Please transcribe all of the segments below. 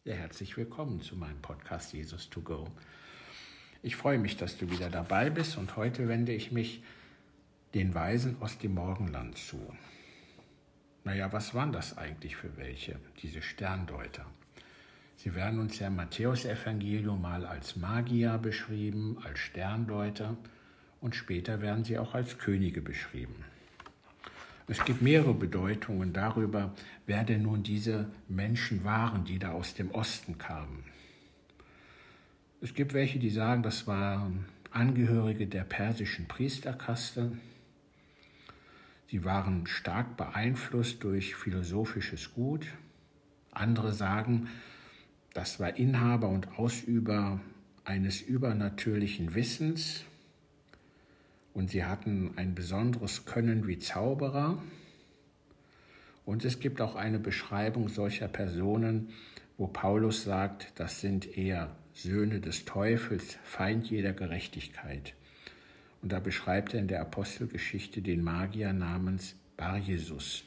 Ja, herzlich willkommen zu meinem Podcast Jesus to Go. Ich freue mich, dass du wieder dabei bist und heute wende ich mich den Weisen aus dem Morgenland zu. Naja, was waren das eigentlich für welche, diese Sterndeuter? Sie werden uns ja im Matthäusevangelium mal als Magier beschrieben, als Sterndeuter und später werden sie auch als Könige beschrieben. Es gibt mehrere Bedeutungen darüber, wer denn nun diese Menschen waren, die da aus dem Osten kamen. Es gibt welche, die sagen, das waren Angehörige der persischen Priesterkaste. Sie waren stark beeinflusst durch philosophisches Gut. Andere sagen, das war Inhaber und Ausüber eines übernatürlichen Wissens. Und sie hatten ein besonderes Können wie Zauberer. Und es gibt auch eine Beschreibung solcher Personen, wo Paulus sagt, das sind eher Söhne des Teufels, Feind jeder Gerechtigkeit. Und da beschreibt er in der Apostelgeschichte den Magier namens Bar-Jesus.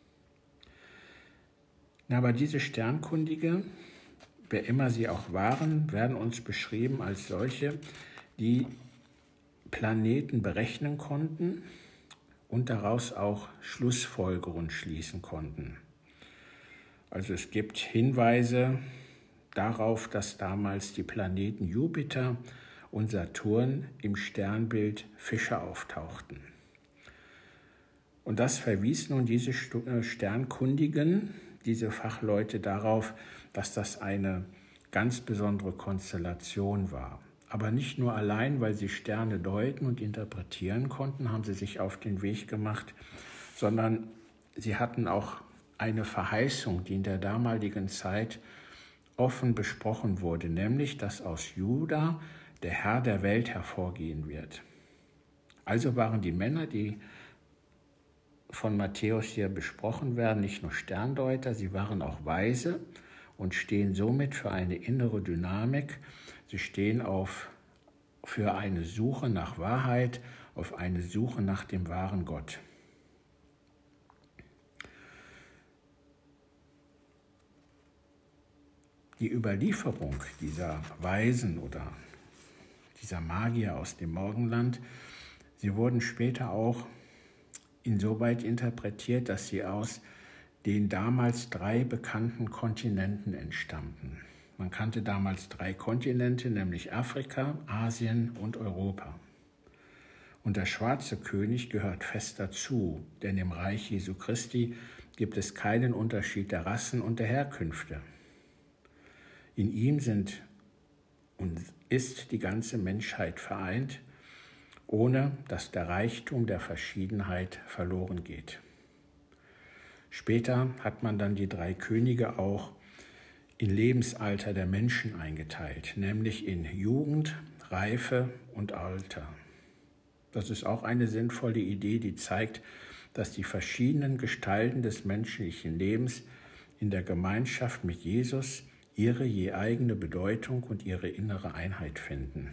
Aber diese Sternkundige, wer immer sie auch waren, werden uns beschrieben als solche, die Planeten berechnen konnten und daraus auch Schlussfolgerungen schließen konnten. Also es gibt Hinweise darauf, dass damals die Planeten Jupiter und Saturn im Sternbild Fische auftauchten. Und das verwies nun diese Sternkundigen, diese Fachleute darauf, dass das eine ganz besondere Konstellation war. Aber nicht nur allein, weil sie Sterne deuten und interpretieren konnten, haben sie sich auf den Weg gemacht, sondern sie hatten auch eine Verheißung, die in der damaligen Zeit offen besprochen wurde, nämlich, dass aus Juda der Herr der Welt hervorgehen wird. Also waren die Männer, die von Matthäus hier besprochen werden, nicht nur Sterndeuter, sie waren auch Weise und stehen somit für eine innere Dynamik. Sie stehen für eine Suche nach Wahrheit, auf eine Suche nach dem wahren Gott. Die Überlieferung dieser Weisen oder dieser Magier aus dem Morgenland, sie wurden später auch insoweit interpretiert, dass sie aus den damals 3 bekannten Kontinenten entstammten. Man kannte damals 3 Kontinente, nämlich Afrika, Asien und Europa. Und der schwarze König gehört fest dazu, denn im Reich Jesu Christi gibt es keinen Unterschied der Rassen und der Herkünfte. In ihm sind und ist die ganze Menschheit vereint, ohne dass der Reichtum der Verschiedenheit verloren geht. Später hat man dann die 3 Könige auch in Lebensalter der Menschen eingeteilt, nämlich in Jugend, Reife und Alter. Das ist auch eine sinnvolle Idee, die zeigt, dass die verschiedenen Gestalten des menschlichen Lebens in der Gemeinschaft mit Jesus ihre je eigene Bedeutung und ihre innere Einheit finden.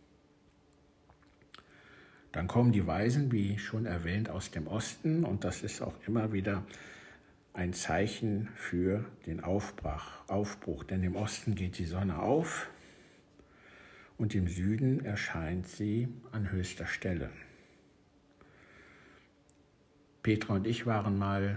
Dann kommen die Weisen, wie schon erwähnt, aus dem Osten und das ist auch immer wieder ein Zeichen für den Aufbruch, denn im Osten geht die Sonne auf und im Süden erscheint sie an höchster Stelle. Petra und ich waren mal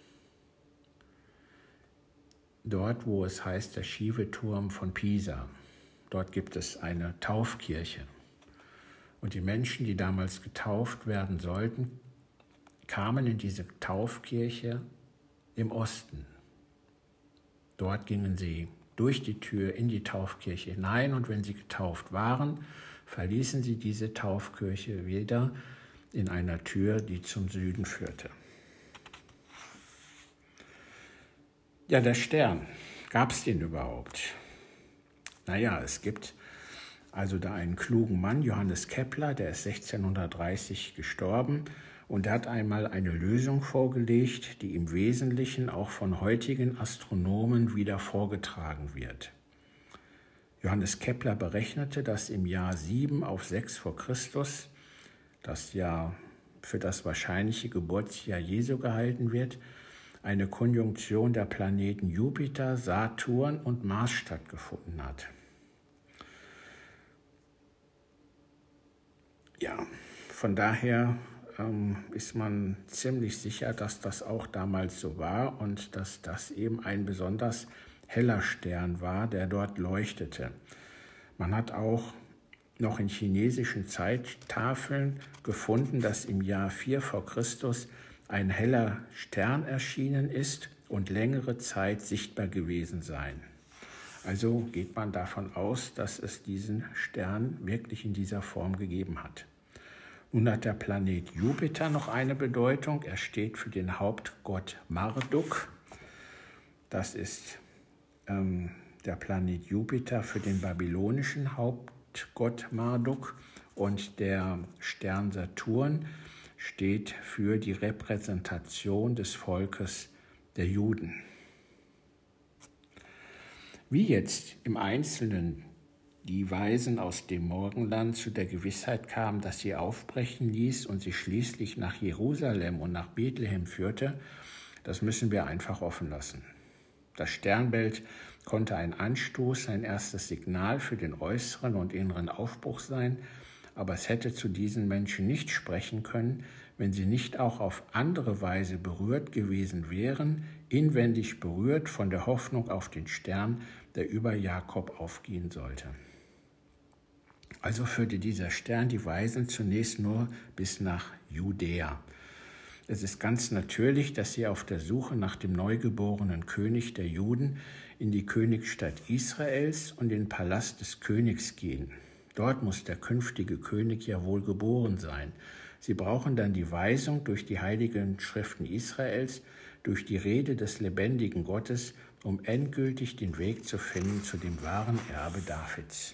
dort, wo es heißt, der schiefe Turm von Pisa. Dort gibt es eine Taufkirche. Und die Menschen, die damals getauft werden sollten, kamen in diese Taufkirche im Osten. Dort gingen sie durch die Tür in die Taufkirche hinein und wenn sie getauft waren, verließen sie diese Taufkirche wieder in einer Tür, die zum Süden führte. Ja, der Stern, gab es den überhaupt? Naja, es gibt also da einen klugen Mann, Johannes Kepler, der ist 1630 gestorben und er hat einmal eine Lösung vorgelegt, die im Wesentlichen auch von heutigen Astronomen wieder vorgetragen wird. Johannes Kepler berechnete, dass im Jahr 7 auf 6 vor Christus, das Jahr für das wahrscheinliche Geburtsjahr Jesu gehalten wird, eine Konjunktion der Planeten Jupiter, Saturn und Mars stattgefunden hat. Ja, von daher ist man ziemlich sicher, dass das auch damals so war und dass das eben ein besonders heller Stern war, der dort leuchtete. Man hat auch noch in chinesischen Zeittafeln gefunden, dass im Jahr 4 vor Christus ein heller Stern erschienen ist und längere Zeit sichtbar gewesen sein. Also geht man davon aus, dass es diesen Stern wirklich in dieser Form gegeben hat. Nun hat der Planet Jupiter noch eine Bedeutung. Er steht für den Hauptgott Marduk. Das ist der Planet Jupiter für den babylonischen Hauptgott Marduk. Und der Stern Saturn steht für die Repräsentation des Volkes der Juden. Wie jetzt im Einzelnen die Weisen aus dem Morgenland zu der Gewissheit kamen, dass sie aufbrechen ließ und sie schließlich nach Jerusalem und nach Bethlehem führte, das müssen wir einfach offen lassen. Das Sternbild konnte ein Anstoß, ein erstes Signal für den äußeren und inneren Aufbruch sein, aber es hätte zu diesen Menschen nicht sprechen können, wenn sie nicht auch auf andere Weise berührt gewesen wären, inwendig berührt von der Hoffnung auf den Stern, der über Jakob aufgehen sollte. Also führte dieser Stern die Weisen zunächst nur bis nach Judäa. Es ist ganz natürlich, dass sie auf der Suche nach dem neugeborenen König der Juden in die Königsstadt Israels und den Palast des Königs gehen. Dort muss der künftige König ja wohl geboren sein. Sie brauchen dann die Weisung durch die heiligen Schriften Israels, durch die Rede des lebendigen Gottes, um endgültig den Weg zu finden zu dem wahren Erbe Davids.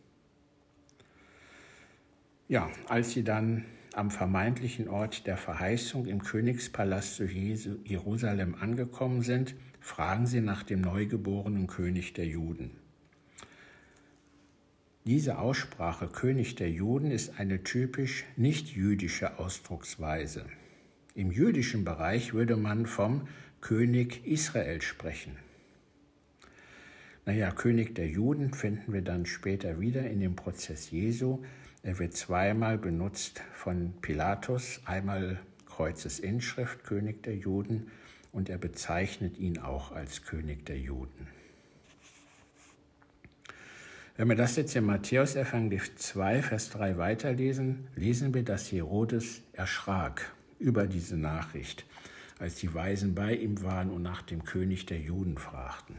Ja, als sie dann am vermeintlichen Ort der Verheißung im Königspalast zu Jerusalem angekommen sind, fragen sie nach dem neugeborenen König der Juden. Diese Aussprache König der Juden ist eine typisch nicht-jüdische Ausdrucksweise. Im jüdischen Bereich würde man vom König Israel sprechen. König der Juden finden wir dann später wieder in dem Prozess Jesu. Er wird zweimal benutzt von Pilatus, einmal Kreuzesinschrift, König der Juden, und er bezeichnet ihn auch als König der Juden. Wenn wir das jetzt im Matthäus-Evangelium 2, Vers 3 weiterlesen, lesen wir, dass Herodes erschrak über diese Nachricht, als die Weisen bei ihm waren und nach dem König der Juden fragten.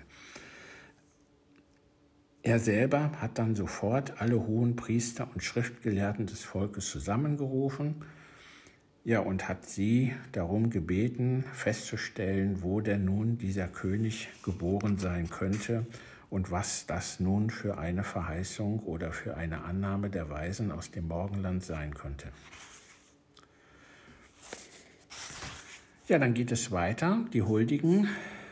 Er selber hat dann sofort alle hohen Priester und Schriftgelehrten des Volkes zusammengerufen, und hat sie darum gebeten, festzustellen, wo denn nun dieser König geboren sein könnte und was das nun für eine Verheißung oder für eine Annahme der Weisen aus dem Morgenland sein könnte. Ja, dann geht es weiter, die Huldigung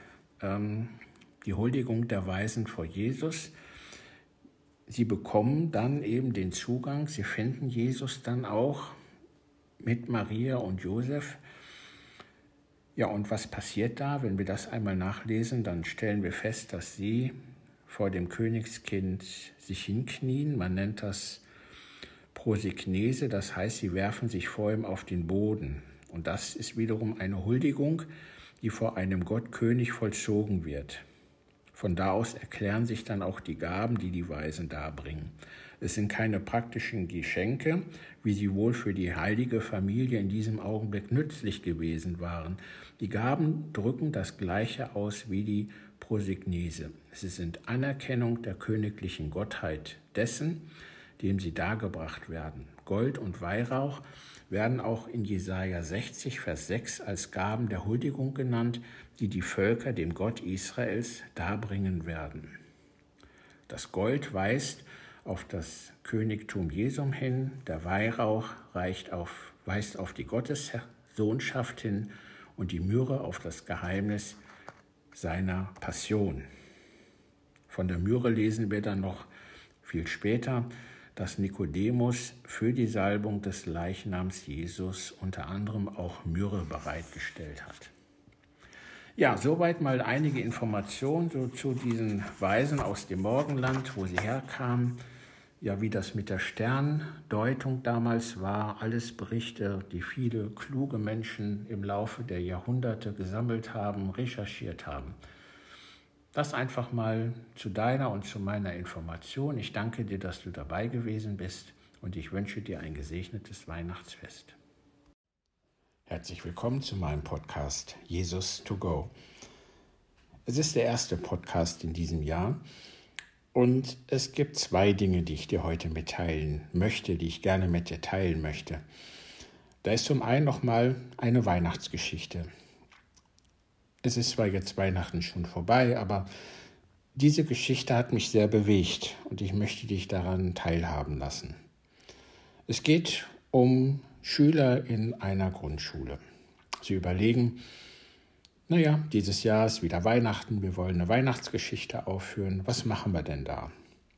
der Weisen vor Jesus. Sie bekommen dann eben den Zugang, sie finden Jesus dann auch mit Maria und Josef. Ja, und was passiert da? Wenn wir das einmal nachlesen, dann stellen wir fest, dass sie vor dem Königskind sich hinknien. Man nennt das Prosiknese, das heißt, sie werfen sich vor ihm auf den Boden. Und das ist wiederum eine Huldigung, die vor einem Gottkönig vollzogen wird. Von da aus erklären sich dann auch die Gaben, die die Weisen darbringen. Es sind keine praktischen Geschenke, wie sie wohl für die heilige Familie in diesem Augenblick nützlich gewesen waren. Die Gaben drücken das Gleiche aus wie die Prosignese. Sie sind Anerkennung der königlichen Gottheit dessen, dem sie dargebracht werden. Gold und Weihrauch werden auch in Jesaja 60, Vers 6 als Gaben der Huldigung genannt, die die Völker dem Gott Israels darbringen werden. Das Gold weist auf das Königtum Jesum hin, der Weihrauch weist auf die Gottessohnschaft hin und die Myrrhe auf das Geheimnis seiner Passion. Von der Myrrhe lesen wir dann noch viel später, dass Nikodemus für die Salbung des Leichnams Jesus unter anderem auch Myrrhe bereitgestellt hat. Ja, soweit mal einige Informationen so zu diesen Weisen aus dem Morgenland, wo sie herkamen. Ja, wie das mit der Sterndeutung damals war, alles Berichte, die viele kluge Menschen im Laufe der Jahrhunderte gesammelt haben, recherchiert haben. Das einfach mal zu deiner und zu meiner Information. Ich danke dir, dass du dabei gewesen bist und ich wünsche dir ein gesegnetes Weihnachtsfest. Herzlich willkommen zu meinem Podcast Jesus to Go. Es ist der erste Podcast in diesem Jahr und es gibt 2 Dinge, die ich dir heute mitteilen möchte, die ich gerne mit dir teilen möchte. Da ist zum einen nochmal eine Weihnachtsgeschichte. Es ist zwar jetzt Weihnachten schon vorbei, aber diese Geschichte hat mich sehr bewegt und ich möchte dich daran teilhaben lassen. Es geht um Schüler in einer Grundschule. Sie überlegen, dieses Jahr ist wieder Weihnachten, wir wollen eine Weihnachtsgeschichte aufführen, was machen wir denn da?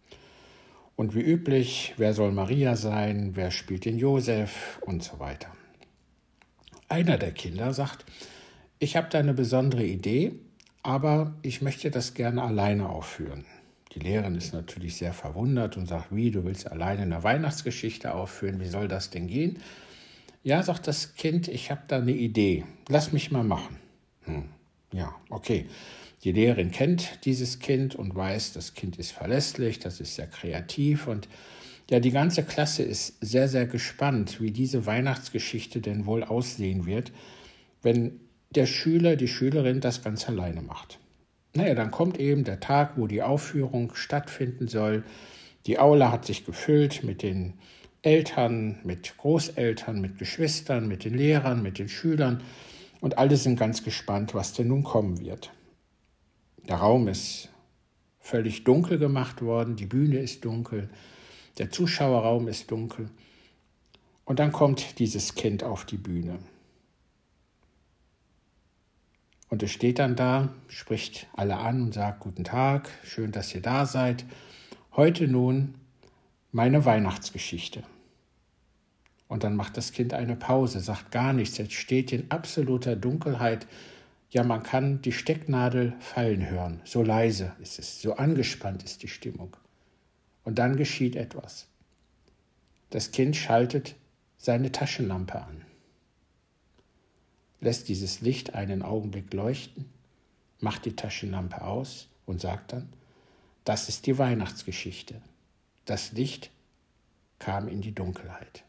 Und wie üblich, wer soll Maria sein, wer spielt den Josef und so weiter. Einer der Kinder sagt, ich habe da eine besondere Idee, aber ich möchte das gerne alleine aufführen. Die Lehrerin ist natürlich sehr verwundert und sagt, wie, du willst alleine eine Weihnachtsgeschichte aufführen, wie soll das denn gehen? Ja, sagt das Kind, ich habe da eine Idee, lass mich mal machen. Ja, okay. Die Lehrerin kennt dieses Kind und weiß, das Kind ist verlässlich, das ist sehr kreativ und ja, die ganze Klasse ist sehr, sehr gespannt, wie diese Weihnachtsgeschichte denn wohl aussehen wird, wenn der Schüler, die Schülerin das ganz alleine macht. Dann kommt eben der Tag, wo die Aufführung stattfinden soll. Die Aula hat sich gefüllt mit den Eltern, mit Großeltern, mit Geschwistern, mit den Lehrern, mit den Schülern und alle sind ganz gespannt, was denn nun kommen wird. Der Raum ist völlig dunkel gemacht worden, die Bühne ist dunkel, der Zuschauerraum ist dunkel und dann kommt dieses Kind auf die Bühne. Und es steht dann da, spricht alle an und sagt, guten Tag, schön, dass ihr da seid. Heute nun meine Weihnachtsgeschichte. Und dann macht das Kind eine Pause, sagt gar nichts, jetzt steht in absoluter Dunkelheit. Ja, man kann die Stecknadel fallen hören, so leise ist es, so angespannt ist die Stimmung. Und dann geschieht etwas. Das Kind schaltet seine Taschenlampe an, lässt dieses Licht einen Augenblick leuchten, macht die Taschenlampe aus und sagt dann, das ist die Weihnachtsgeschichte. Das Licht kam in die Dunkelheit.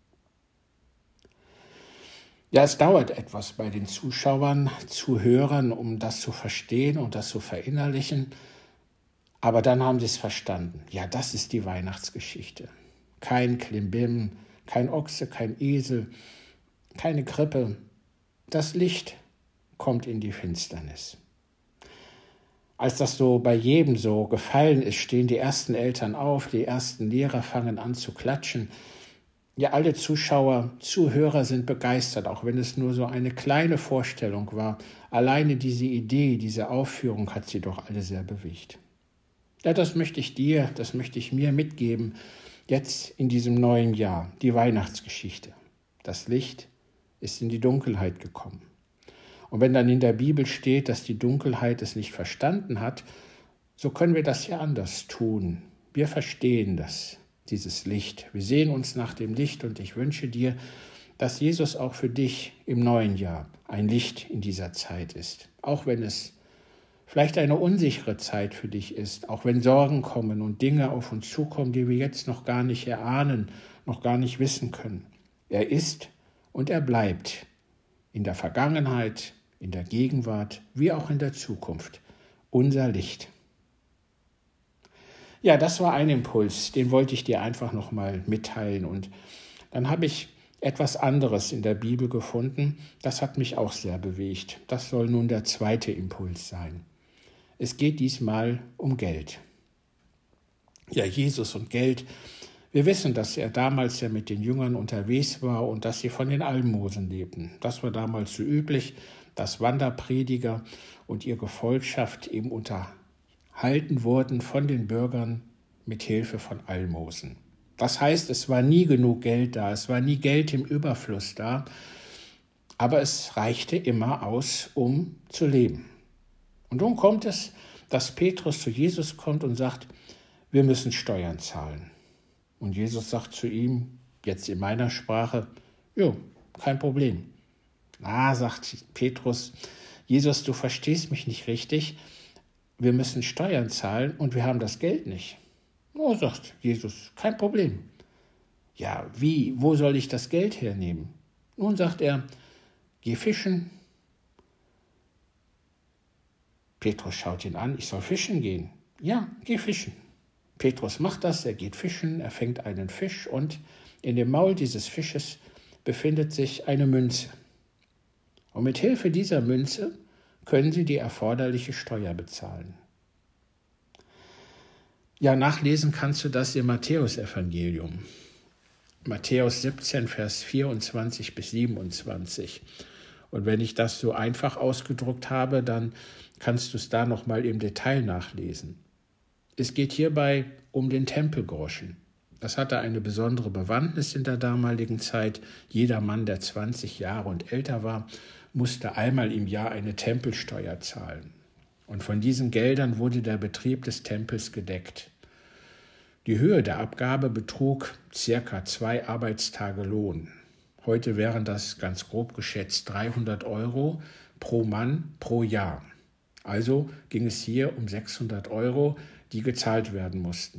Ja, es dauert etwas bei den Zuschauern, Zuhörern, um das zu verstehen und das zu verinnerlichen, aber dann haben sie es verstanden. Ja, das ist die Weihnachtsgeschichte. Kein Klimbim, kein Ochse, kein Esel, keine Krippe. Das Licht kommt in die Finsternis. Als das so bei jedem so gefallen ist, stehen die ersten Eltern auf, die ersten Lehrer fangen an zu klatschen. Ja, alle Zuschauer, Zuhörer sind begeistert, auch wenn es nur so eine kleine Vorstellung war. Alleine diese Idee, diese Aufführung hat sie doch alle sehr bewegt. Ja, das möchte ich dir, das möchte ich mir mitgeben, jetzt in diesem neuen Jahr, die Weihnachtsgeschichte. Das Licht ist in die Dunkelheit gekommen. Und wenn dann in der Bibel steht, dass die Dunkelheit es nicht verstanden hat, so können wir das ja anders tun. Wir verstehen dieses Licht. Wir sehen uns nach dem Licht und ich wünsche dir, dass Jesus auch für dich im neuen Jahr ein Licht in dieser Zeit ist. Auch wenn es vielleicht eine unsichere Zeit für dich ist, auch wenn Sorgen kommen und Dinge auf uns zukommen, die wir jetzt noch gar nicht erahnen, noch gar nicht wissen können. Er ist und er bleibt in der Vergangenheit, in der Gegenwart, wie auch in der Zukunft unser Licht. Ja, das war ein Impuls, den wollte ich dir einfach nochmal mitteilen. Und dann habe ich etwas anderes in der Bibel gefunden, das hat mich auch sehr bewegt. Das soll nun der zweite Impuls sein. Es geht diesmal um Geld. Ja, Jesus und Geld. Wir wissen, dass er damals ja mit den Jüngern unterwegs war und dass sie von den Almosen lebten. Das war damals so üblich, dass Wanderprediger und ihre Gefolgschaft eben unterhalten wurden von den Bürgern mit Hilfe von Almosen. Das heißt, es war nie genug Geld da, es war nie Geld im Überfluss da. aber es reichte immer aus, um zu leben. Und nun kommt es, dass Petrus zu Jesus kommt und sagt, wir müssen Steuern zahlen. Und Jesus sagt zu ihm, jetzt in meiner Sprache, jo, kein Problem. Sagt Petrus, Jesus, du verstehst mich nicht richtig, wir müssen Steuern zahlen und wir haben das Geld nicht. Sagt Jesus, kein Problem. Ja, wie, wo soll ich das Geld hernehmen? Nun sagt er, geh fischen. Petrus schaut ihn an, ich soll fischen gehen. Ja, geh fischen. Petrus macht das, er geht fischen, er fängt einen Fisch und in dem Maul dieses Fisches befindet sich eine Münze. Und mit Hilfe dieser Münze können sie die erforderliche Steuer bezahlen. Ja, nachlesen kannst du das im Matthäusevangelium. Matthäus 17, Vers 24 bis 27. Und wenn ich das so einfach ausgedruckt habe, dann kannst du es da nochmal im Detail nachlesen. Es geht hierbei um den Tempelgroschen. Das hatte eine besondere Bewandtnis in der damaligen Zeit. Jeder Mann, der 20 Jahre und älter war, musste einmal im Jahr eine Tempelsteuer zahlen. Und von diesen Geldern wurde der Betrieb des Tempels gedeckt. Die Höhe der Abgabe betrug ca. 2 Arbeitstage Lohn. Heute wären das ganz grob geschätzt 300 € pro Mann pro Jahr. Also ging es hier um 600 €, die gezahlt werden mussten.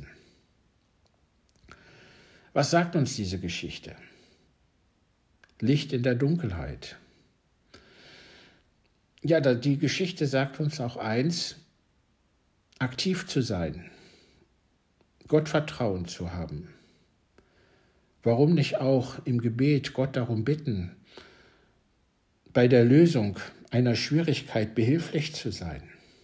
Was sagt uns diese Geschichte? Licht in der Dunkelheit. Ja, die Geschichte sagt uns auch eins, aktiv zu sein, Gott Vertrauen zu haben. Warum nicht auch im Gebet Gott darum bitten, bei der Lösung einer Schwierigkeit behilflich zu sein?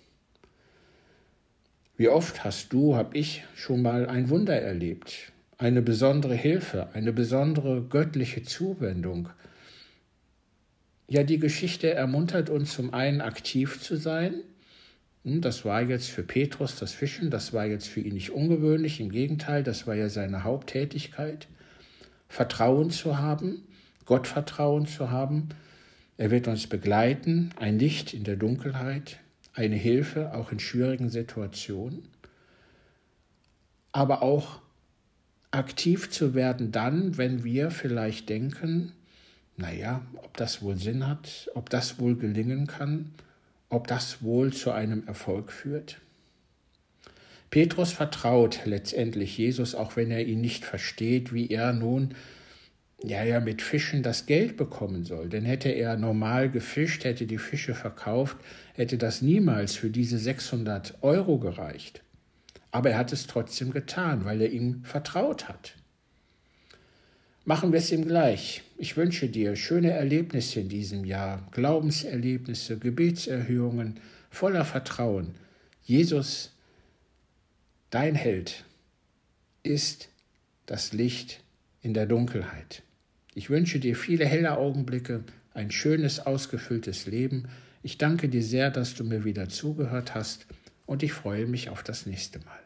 Wie oft habe ich schon mal ein Wunder erlebt, eine besondere Hilfe, eine besondere göttliche Zuwendung. Ja, die Geschichte ermuntert uns zum einen aktiv zu sein. Das war jetzt für Petrus das Fischen, das war jetzt für ihn nicht ungewöhnlich, im Gegenteil, das war ja seine Haupttätigkeit. Vertrauen zu haben, Gott Vertrauen zu haben. Er wird uns begleiten, ein Licht in der Dunkelheit, eine Hilfe auch in schwierigen Situationen. Aber auch aktiv zu werden dann, wenn wir vielleicht denken, ob das wohl Sinn hat, ob das wohl gelingen kann, ob das wohl zu einem Erfolg führt. Petrus vertraut letztendlich Jesus, auch wenn er ihn nicht versteht, wie er nun mit Fischen das Geld bekommen soll. Denn hätte er normal gefischt, hätte die Fische verkauft, hätte das niemals für diese 600 € gereicht. Aber er hat es trotzdem getan, weil er ihm vertraut hat. Machen wir es ihm gleich. Ich wünsche dir schöne Erlebnisse in diesem Jahr, Glaubenserlebnisse, Gebetserhörungen, voller Vertrauen. Jesus, dein Held, ist das Licht in der Dunkelheit. Ich wünsche dir viele helle Augenblicke, ein schönes, ausgefülltes Leben. Ich danke dir sehr, dass du mir wieder zugehört hast und ich freue mich auf das nächste Mal.